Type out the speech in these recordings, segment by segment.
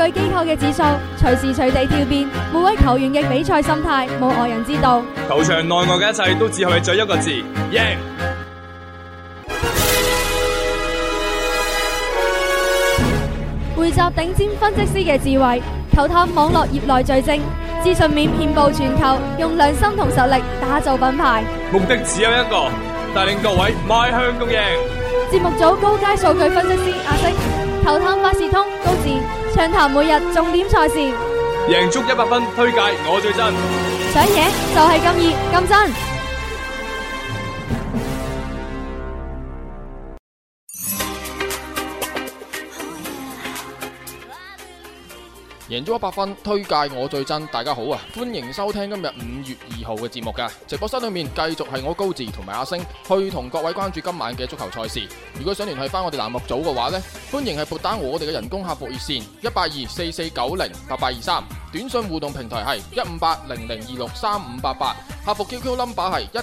據機構嘅指數，隨時隨地跳變，每位球員嘅比賽心態冇外人知道。 球場內外嘅一切都只係為咗一個字：贏。 匯集頂尖分析師嘅智慧，球探網絡業內最精，資訊面遍佈全球，用良心同實力打造品牌。 目的只有一個，帶領各位邁向共贏。 節目組高階數據分析師阿星，球探百事通高智，暢談每日重點賽事， 贏足100分，推介我最真， 想贏就係咁易咁真。 贏足100分，推介我最真。大家好啊，歡迎收聽今日5月2號嘅節目嘅直播室裏面，繼續係我高志同埋阿星去同各位關注今晚嘅足球賽事。如果想聯繫翻我哋欄目組嘅話呢，歡迎係撥打我哋嘅人工客服熱線18244908823，短信互動平台係15800263588，客服 QQ 冧把係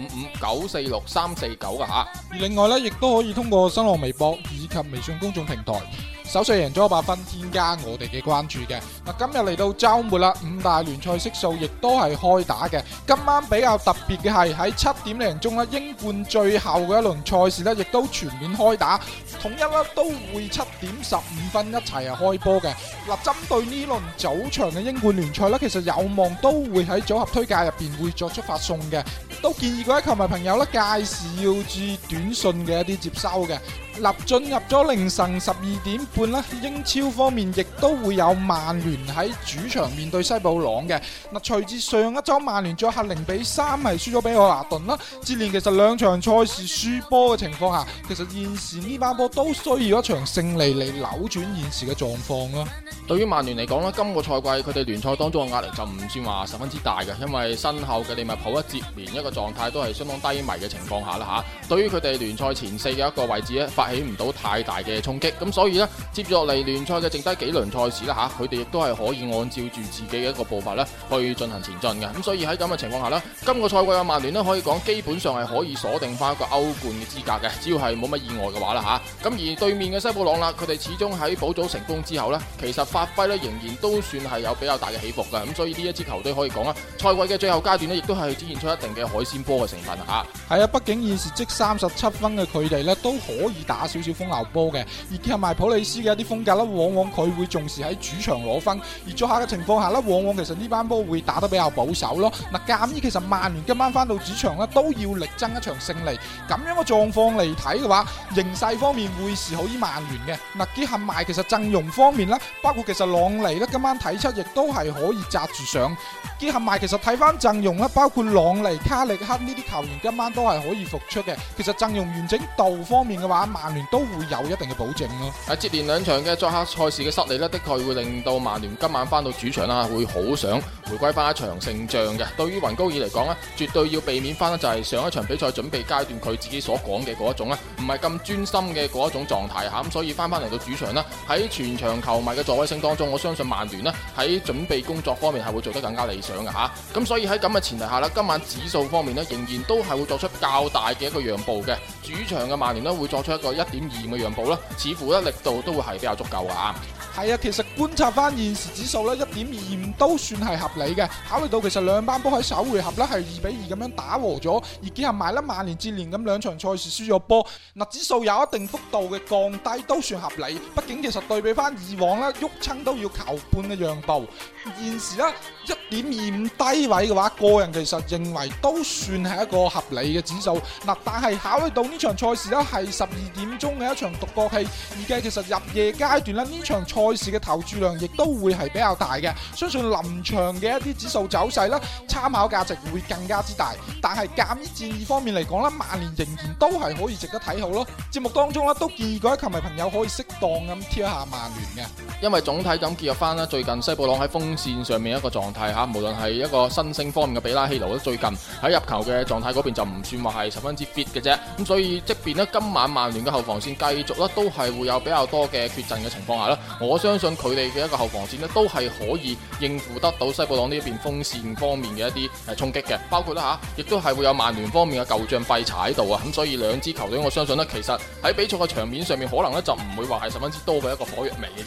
1955946349噶吓。 而另外呢，亦都可以通過新浪微博以及微信公眾平台搜索贏足100分，添加我哋嘅關注嘅。今日嚟到周末啦，5大聯賽悉數亦都係開打嘅。今晚比較特別嘅係喺7點零鐘啦，英冠最後嘅一輪賽事呢，亦都全面開打，統一啦都會7點15分一齊開波嘅。針對呢輪早場嘅英冠聯賽呢，其實有望都會喺組合推介入邊會作出發送嘅，都建議各位球迷朋友呢，屆時要注意短信嘅一啲接收嘅。進入咗凌晨12點半啦，英超方面亦都會有曼聯喺主場面對西布朗嘅。隨住上一周曼聯作客0-3係輸咗俾愛華頓啦，接連其實兩場賽事輸波嘅情況下，其實現時呢班波都需要一場勝利嚟扭轉現時嘅狀況咯。 對於曼聯嚟講咧，今個賽季佢哋聯賽當中嘅壓力就唔算話十分之大嘅，因為身後嘅利物浦接連一個狀態都係相當低迷嘅情況下啦吓，對於佢哋聯賽前4嘅一個位置咧，發起唔到太大嘅衝擊，咁所以呢，接住落嚟聯賽嘅剩低幾輪賽事啦吓，佢哋亦都係可以按照住自己嘅一個步伐咧去進行前進嘅，咁所以喺咁嘅情況下呢，今個賽季嘅曼聯呢，可以講基本上係可以鎖定翻一個歐冠嘅資格嘅，只要係冇乜意外嘅話啦吓，咁而對面嘅西布朗啦，佢哋始終喺補組成功之後呢，其實發揮呢仍然都算係有比較大嘅起伏嘅，咁所以呢一支球隊可以講啦，賽季嘅最後階段呢，亦都係展現出一定嘅海鮮波嘅成分吓。 係啊，畢竟現時積37分嘅佢哋呢，都可以打少少風流波嘅，而結合埋普利斯嘅一啲風格啦，往往佢會重視喺主場攞分，而作客嘅情況下呢，往往其實呢班波會打得比較保守咯。鑑於其實曼聯今晚翻到主場呢，都要力爭一場勝利，咁樣嘅狀況嚟睇嘅話，形勢方面會是好於曼聯嘅。結合埋其實陣容方面啦，包括其實朗尼呢，今晚睇出亦都係可以紮住上，結合埋其實睇翻陣容啦，包括朗尼、卡力克呢啲球員今晚都係可以復出嘅。其實陣容完整度方面嘅話，曼聯都會有一定嘅保證咯。 接連兩場嘅作客賽事嘅失利呢，的確會令到曼聯今晚翻到主場啦，會好想回歸翻一場勝仗嘅。對於雲高爾嚟講呢，絕對要避免翻呢就係上一場比賽準備階段佢自己所講嘅嗰一種呢，唔係咁專心嘅嗰一種狀態吓。咁所以翻嚟到主場呢，喺全場球迷嘅助威聲當中，我相信曼聯呢喺準備工作方面係會做得更加理想嘅吓。咁所以喺咁嘅前提下呢，今晚指數方面呢，仍然都係會作出較大嘅一個讓步嘅。主場嘅曼聯呢，會作出一個1.25嘅讓步啦，似乎呢力度都會係比較足夠噶。 係啊，其實觀察翻現時指數咧1.25都算係合理嘅。考慮到其實兩班波喺首回合咧係2-2咁樣打和咗，而結合埋咧曼聯接連咁兩場賽事輸咗波，指數有一定幅度嘅降低都算合理。畢竟其實對比翻以往咧，喐親都要球半嘅讓步，現時咧1.25低位嘅話，個人其實認為都算係一個合理嘅指數。但係考慮到呢場賽事咧係12點鐘嘅一場獨角戲，預計其實入夜階段咧呢場賽事嘅投注量亦都會係比較大嘅，相信臨場嘅一啲指數走勢啦，參考價值會更加之大。但係鑑於戰意方面嚟講啦，曼聯仍然都係可以值得睇好咯。節目當中都建議各位球迷朋友可以適當咁挑一下曼聯嘅， 因為總體咁結合翻啦，最近西布朗喺鋒線上面一個狀態吓，無論係一個新星方面嘅比拉希奴，最近喺入球嘅狀態嗰邊就唔算話係十分之 fit 嘅啫。咁所以即便咧今晚曼聯嘅後防線繼續咧都係會有比較多嘅缺陣嘅情況下咧，我相信佢哋嘅一個後防線咧都係可以應付得到西布朗呢一邊鋒線方面嘅一啲衝擊嘅，包括啦亦都係會有曼聯方面嘅舊將費查喺度啊。咁所以兩支球隊我相信咧，其實喺比賽嘅場面上面可能咧就唔會話係十分之多嘅一個火藥味嘅啫。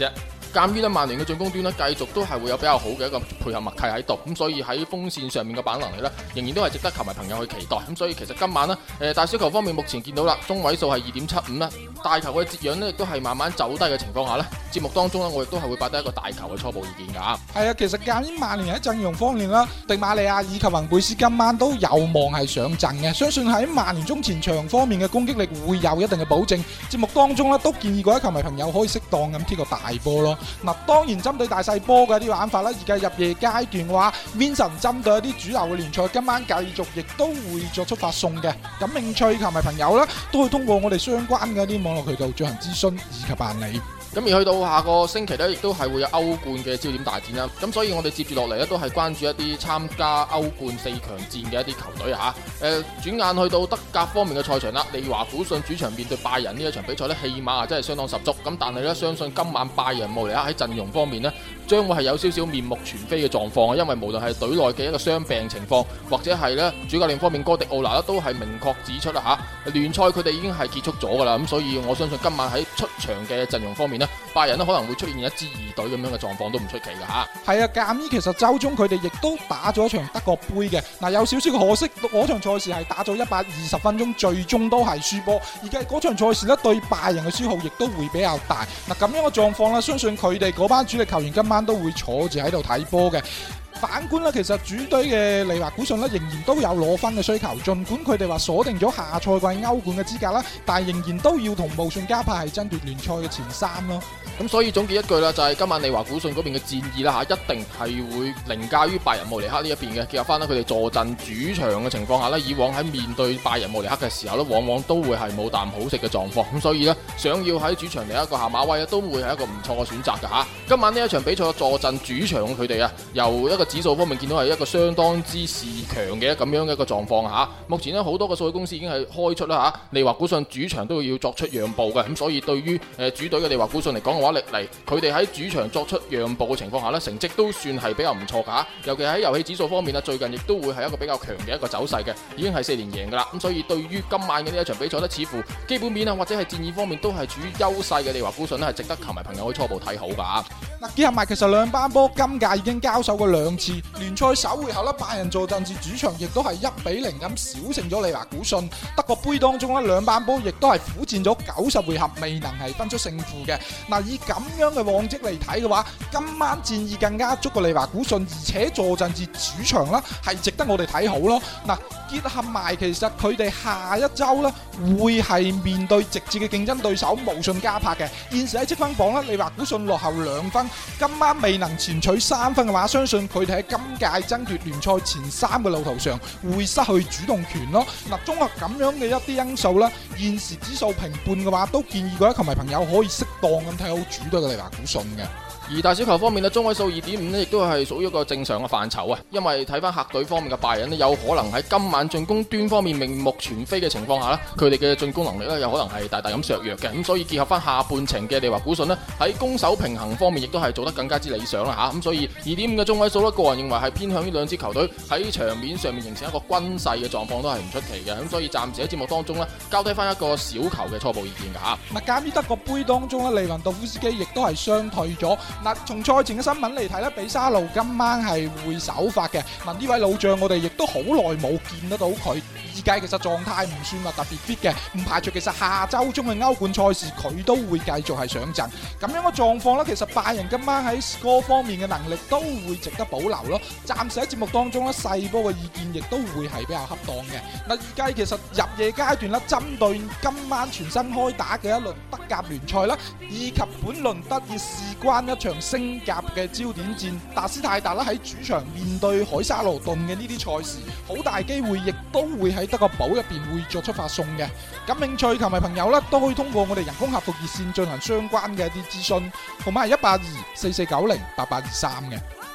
鑑於咧曼聯嘅進攻端咧繼續都係會有比較好嘅一個配合默契喺度，咁所以喺鋒線上面嘅把握能力咧仍然都係值得球迷朋友去期待。咁所以其實今晚咧大小球方面目前見到啦，中位數係 2.75 啦，大球嘅折讓咧亦都係慢慢走低嘅情況下咧，節目當中咧我亦都係會擺低一個大球嘅初步意見㗎。 係啊，其實鑑於曼聯喺陣容方面啦，迪馬利亞以及雲貝斯今晚都有望係上陣嘅，相信喺曼聯中前場方面嘅攻擊力會有一定嘅保證。節目當中咧都建議各位球迷朋友可以適當咁踢個大波咯。嗱，當然針對大細波嘅一啲玩法啦，而家入夜階段嘅話 ，Vincent 針對一啲主流嘅聯賽，今晚繼續亦都會作出發送嘅。感興趣球迷朋友咧，都會通過我哋相關嘅一啲網絡渠道進行諮詢以及辦理。 咁而去到下個星期咧，亦都係會有歐冠嘅焦點大戰啦。咁所以我哋接住落嚟咧，都係關注一啲參加歐冠4強戰嘅一啲球隊嚇。轉眼去到德甲方面嘅賽場啦，利華古遜主場面對拜仁呢一場比賽咧，戲碼真係相當十足。咁但係咧，相信今晚拜仁慕尼黑喺陣容方面呢，將會係有少少面目全非嘅狀況啊。因為無論係隊內嘅一個傷病情況，或者係咧主教練方面哥迪奧拿都係明確指出啦嚇，聯賽佢哋已經係結束咗㗎啦。咁所以我相信今晚喺出場嘅陣容方面呢，拜仁可能會出現一支二隊咁樣嘅狀況都唔出奇㗎嚇。 係啊，鑑於其實周中佢哋亦都打咗一場德國杯嘅，嗱有少少嘅可惜，嗰場賽事係打咗120分鐘，最終都係輸波，而家嗰場賽事咧對拜仁嘅消耗亦都會比較大。嗱咁樣嘅狀況咧，相信佢哋嗰班主力球員今晚都會坐住喺度睇波嘅。反觀咧，其實主隊嘅利華古遜咧仍然都有攞分嘅需求，盡管佢哋話鎖定咗下賽季歐冠嘅資格啦，但係仍然都要同慕遜加柏係爭奪聯賽嘅前3咯。 咁所以總結一句啦，就係今晚利華古遜嗰邊嘅戰意啦嚇，一定係會凌駕於拜仁慕尼黑呢一邊嘅。結合翻佢哋坐鎮主場嘅情況下咧，以往喺面對拜仁慕尼黑嘅時候咧，往往都會係冇啖好食嘅狀況。咁所以咧，想要喺主場嚟一個下馬威咧，都會係一個唔錯嘅選擇㗎嚇。今晚呢一場比賽坐鎮主場佢哋啊，由一個指數方面見到係一個相當之示強嘅咁樣嘅一個狀況嚇。目前咧好多嘅數據公司已經係開出啦嚇，利華古遜主場都要作出讓步嘅。咁所以對於主隊嘅利華古遜嚟講嘅話，歷嚟佢哋喺主場作出讓步嘅情況下咧，成績都算係比較唔錯㗎。尤其喺遊戲指數方面啊，最近亦都會係一個比較強嘅一個走勢嘅，已經係4連贏㗎啦。咁所以對於今晚嘅呢一場比賽咧，似乎基本面啊或者係戰意方面都係處於優勢嘅利華古遜咧，係值得球迷朋友可以初步睇好㗎。 嗱，結合埋其實兩班波今屆已經交手過2次，聯賽首回合咧，拜仁坐鎮至主場亦都係1-0咁小勝咗利華古遜。德國杯當中咧，兩班波亦都係苦戰咗90回合，未能係分出勝負嘅。嗱，以咁樣嘅往績嚟睇嘅話，今晚戰意更加足過利華古遜，而且坐鎮至主場啦，係值得我哋睇好咯。嗱，結合埋其實佢哋下一周咧會係面對直接嘅競爭對手慕遜加柏嘅。現時喺積分榜咧，利華古遜落後2分，今晚未能前取3分嘅話，相信佢哋喺今屆爭奪聯賽前3嘅路途上會失去主動權咯。嗱，綜合咁樣嘅一啲因素啦，現時指數平半嘅話，都建議各位球迷朋友可以適當咁睇好主隊嘅利華古遜嘅。 而大小球方面咧，中位數 2.5 咧，亦都係屬於一個正常嘅範疇啊。因為睇翻客隊方面嘅拜仁咧，有可能喺今晚進攻端方面名目全非嘅情況下咧，佢哋嘅進攻能力咧，有可能係大大咁削弱嘅。咁所以結合翻下半程嘅利華古遜咧，喺攻守平衡方面亦都係做得更加之理想啦嚇。咁所以 2.5 嘅中位數咧，個人認為係偏向於兩支球隊喺場面上面形成一個均勢嘅狀況都係唔出奇嘅。咁所以暫時喺節目當中咧，交低翻一個小球嘅初步意見㗎嚇。 嗱，鑑於德國杯當中咧，利雲道夫斯基亦都係傷退咗。嗱，從賽前嘅新聞嚟睇咧，比沙路今晚係會首發嘅。嗱，呢位老將我哋亦都好耐冇見得到佢，預計其實狀態唔算話特別 fit 嘅，唔排除其實下周中嘅歐冠賽事佢都會繼續係上陣。咁樣嘅狀況咧，其實拜仁今晚喺 score 方面嘅能力都會值得保留咯。暫時喺節目當中咧，細波嘅意見亦都會係比較恰當嘅。嗱，預計其實入夜階段咧，針對今晚全新開打嘅一輪德甲聯賽啦，以及本輪德乙事關一場升甲嘅焦點戰，達斯泰達啦喺主場面對海沙羅頓嘅呢啲賽事，好大機會亦都會喺德國寶入邊會作出發送嘅。感興趣球迷朋友咧，都可以通過我哋人工客服熱線進行相關嘅一啲諮詢，號碼係182-4490-8823嘅。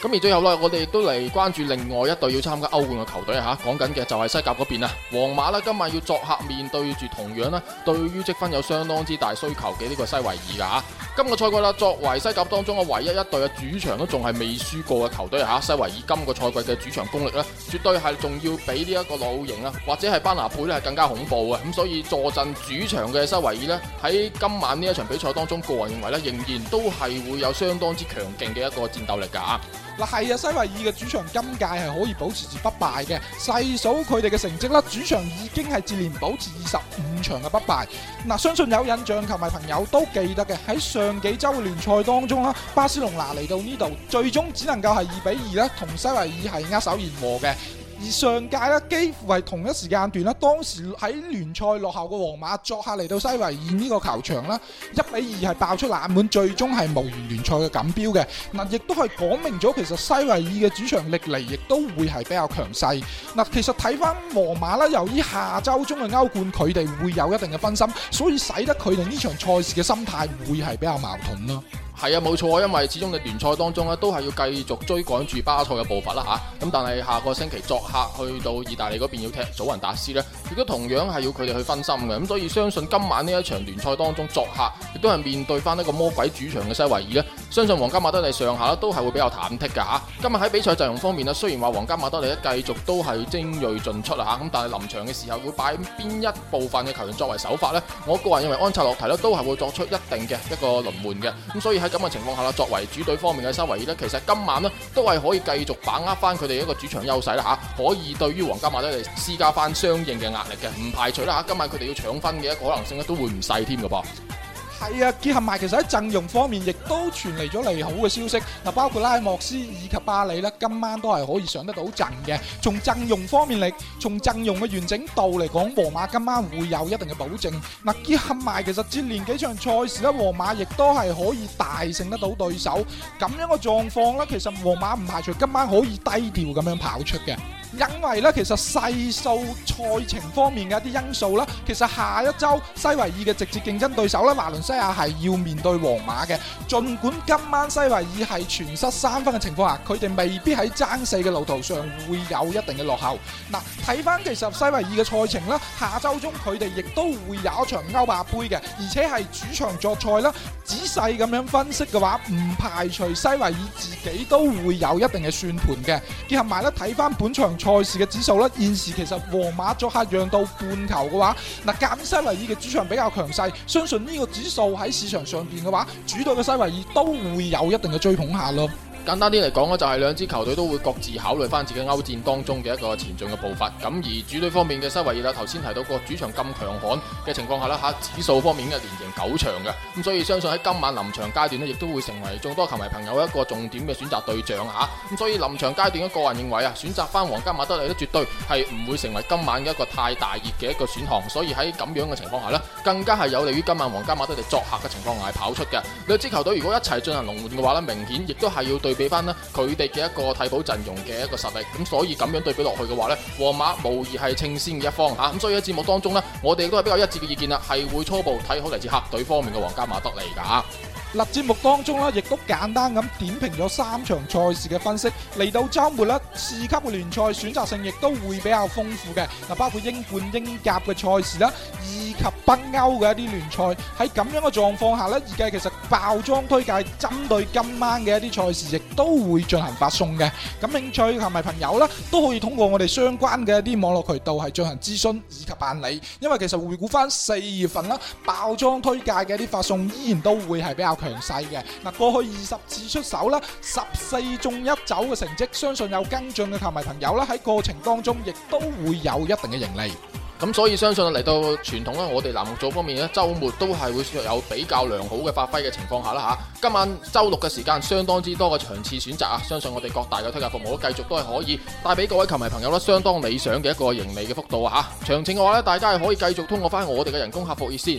咁而最後呢，我哋亦都嚟關注另外一隊要參加歐冠嘅球隊嚇，講緊嘅就係西甲嗰邊啊，皇馬啦，今晚要作客面對住同樣啦，對於積分有相當之大需求嘅呢個西維爾㗎嚇。今個賽季啦，作為西甲當中嘅唯一一隊嘅主場都仲係未輸過嘅球隊嚇，西維爾今個賽季嘅主場功力呢，絕對係仲要比呢一個老營啊，或者係班拿貝呢係更加恐怖嘅。咁所以坐鎮主場嘅西維爾呢，喺今晚呢一場比賽當中，個人認為呢，仍然都係會有相當之強勁嘅一個戰鬥力㗎。 嗱係啊，西維爾嘅主場今屆係可以保持住不敗嘅，細數佢哋嘅成績啦，主場已經係接連保持25場嘅不敗。嗱，相信有印象球迷朋友都記得嘅，喺上幾週嘅聯賽當中啦，巴塞隆拿嚟到呢度，最終只能夠係2-2啦，同西維爾係握手言和嘅。而上屆咧，幾乎係同一時間段啦，當時喺聯賽落後嘅皇馬作客嚟到西維爾呢個球場啦，1-2係爆出冷門，最終係無緣聯賽嘅錦標嘅。嗱，亦都係講明咗其實西維爾嘅主場歷嚟亦都會係比較強勢。嗱，其實睇翻皇馬啦，由於下週中嘅歐冠佢哋會有一定嘅分心，所以使得佢哋呢場賽事嘅心態會係比較矛盾咯。 係啊，冇錯啊，因為始終你聯賽當中咧都係要繼續追趕住巴塞嘅步伐啦嚇。咁但係下個星期作客去到意大利嗰邊要踢祖雲達斯呢，亦都同樣係要佢哋去分心嘅。咁所以相信今晚呢一場聯賽當中作客，亦都係面對翻一個魔鬼主場嘅西維爾呢，相信皇家馬德里上下都係會比較忐忑㗎嚇。今日喺比賽陣容方面呢，雖然話皇家馬德里繼續都係精鋭盡出啦嚇，咁但係臨場嘅時候會擺邊一部分嘅球員作為首發呢？我個人認為安察洛提呢都係會作出一定嘅一個輪換嘅。咁所以喺咁嘅情況下啦，作為主隊方面嘅西維爾呢，其實今晚呢都係可以繼續把握翻佢哋一個主場優勢啦嚇，可以對於皇家馬德里施加翻相應嘅壓力嘅，唔排除啦嚇，今晚佢哋要搶分嘅一個可能性咧都會唔細添嘅噃。 係啊，結合埋其實喺陣容方面亦都傳嚟咗利好嘅消息，嗱，包括拉莫斯以及巴里咧，今晚都係可以上得到陣嘅。從陣容方面從陣容嘅完整度嚟講，皇馬今晚會有一定嘅保證。嗱，結合埋其實接連幾場賽事咧，皇馬亦都係可以大勝得到對手。咁樣嘅狀況咧，其實皇馬唔排除今晚可以低調咁樣跑出嘅。因為咧，其實細數賽程方面嘅一啲因素啦，其實下一週西維爾嘅直接競爭對手咧，華倫西亞係要面對皇馬嘅。儘管今晚西維爾係全失3分嘅情況下，佢哋未必喺爭4嘅路途上會有一定嘅落後。嗱，睇翻其實西維爾嘅賽程啦，下週中佢哋亦都會有一場歐霸杯嘅，而且係主場作賽啦。仔細咁樣分析嘅話，唔排除西維爾自己都會有一定嘅算盤嘅。結合埋咧，睇翻本場賽事嘅指數咧，現時其實皇馬作客讓到半球嘅話，嗱，鑑於西維爾嘅主場比較強勢，相信呢個指數喺市場上邊嘅話，主隊嘅西維爾都會有一定嘅追捧下咯。 簡單啲嚟講咧，就係兩支球隊都會各自考慮翻自己歐戰當中嘅一個前進嘅步伐。咁而主隊方面嘅西維爾啦，頭先提到個主場咁強悍嘅情況下啦，指數方面嘅連贏9場嘅，咁所以相信喺今晚臨場階段呢，亦都會成為眾多球迷朋友一個重點嘅選擇對象嚇。咁所以臨場階段嘅個人認為啊，選擇翻皇家馬德里咧，絕對係唔會成為今晚嘅一個太大熱嘅一個選項。所以喺咁樣嘅情況下呢，更加係有利於今晚皇家馬德里作客嘅情況下係跑出嘅。兩支球隊如果一齊進行輪換嘅話呢，明顯亦都係要對比翻呢佢哋嘅一個替補陣容嘅一個實力，咁所以咁樣對比落去嘅話呢，皇馬無疑係稱先嘅一方嚇，咁所以喺節目當中呢，我哋都係比較一致嘅意見啦，係會初步睇好嚟自客隊方面嘅皇家馬德里㗎。 嗱，節目當中咧，亦都簡單咁點評咗3場賽事嘅分析。嚟到週末咧，次級嘅聯賽選擇性亦都會比較豐富嘅。嗱，包括英冠、英甲嘅賽事啦，以及北歐嘅一啲聯賽。喺咁樣嘅狀況下咧，預計其實爆裝推介針對今晚嘅一啲賽事，亦都會進行發送嘅。感興趣同埋朋友咧，都可以通過我哋相關嘅一啲網絡渠道係進行諮詢以及辦理。因為其實回顧翻4月份啦，爆裝推介嘅一啲發送依然都會係比較強勢嘅。嗱，過去20次出手啦，14中1走嘅成績，相信有跟進嘅球迷朋友啦，喺過程當中亦都會有一定嘅盈利。 咁所以相信嚟到傳統咧，我哋欄目組方面咧，週末都係會有比較良好嘅發揮嘅情況下啦嚇。今晚週六嘅時間相當之多嘅場次選擇啊，相信我哋各大嘅推介服務都繼續都係可以帶俾各位球迷朋友啦相當理想嘅一個盈利嘅幅度啊嚇。詳情嘅話咧，大家係可以繼續通過翻我哋嘅人工客服熱線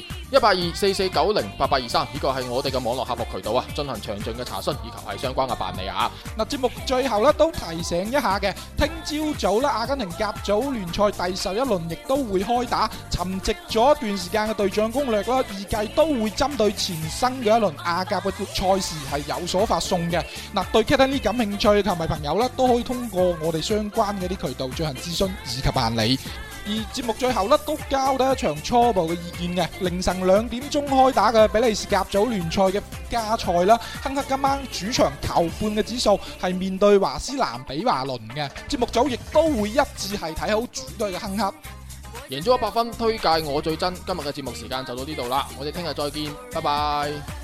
18244908823，呢個係我哋嘅網絡客服渠道啊，進行詳盡嘅查詢以及係相關嘅辦理啊。 嗱，節目最後咧都提醒一下嘅，聽朝早啦，阿根廷甲組聯賽第11輪亦都會會開打，沉寂咗一段時間嘅隊長攻略啦，預計都會針對前身嘅一輪亞甲嘅賽事係有所發送嘅。對 Cataly 感興趣嘅球迷朋友咧，都可以通過我哋相關嘅啲渠道進行諮詢以及辦理。而節目最後都交得一場初步嘅意見嘅，凌晨2點鐘開打嘅比利時甲組聯賽嘅加賽啦，亨克今晚主場球半嘅指數係面對華斯蘭比華倫嘅，節目組亦都會一致係睇好主隊嘅亨克。 贏足 100FUN，推介我最真。今日嘅節目時間就到呢度啦，我哋聽日再見，拜拜。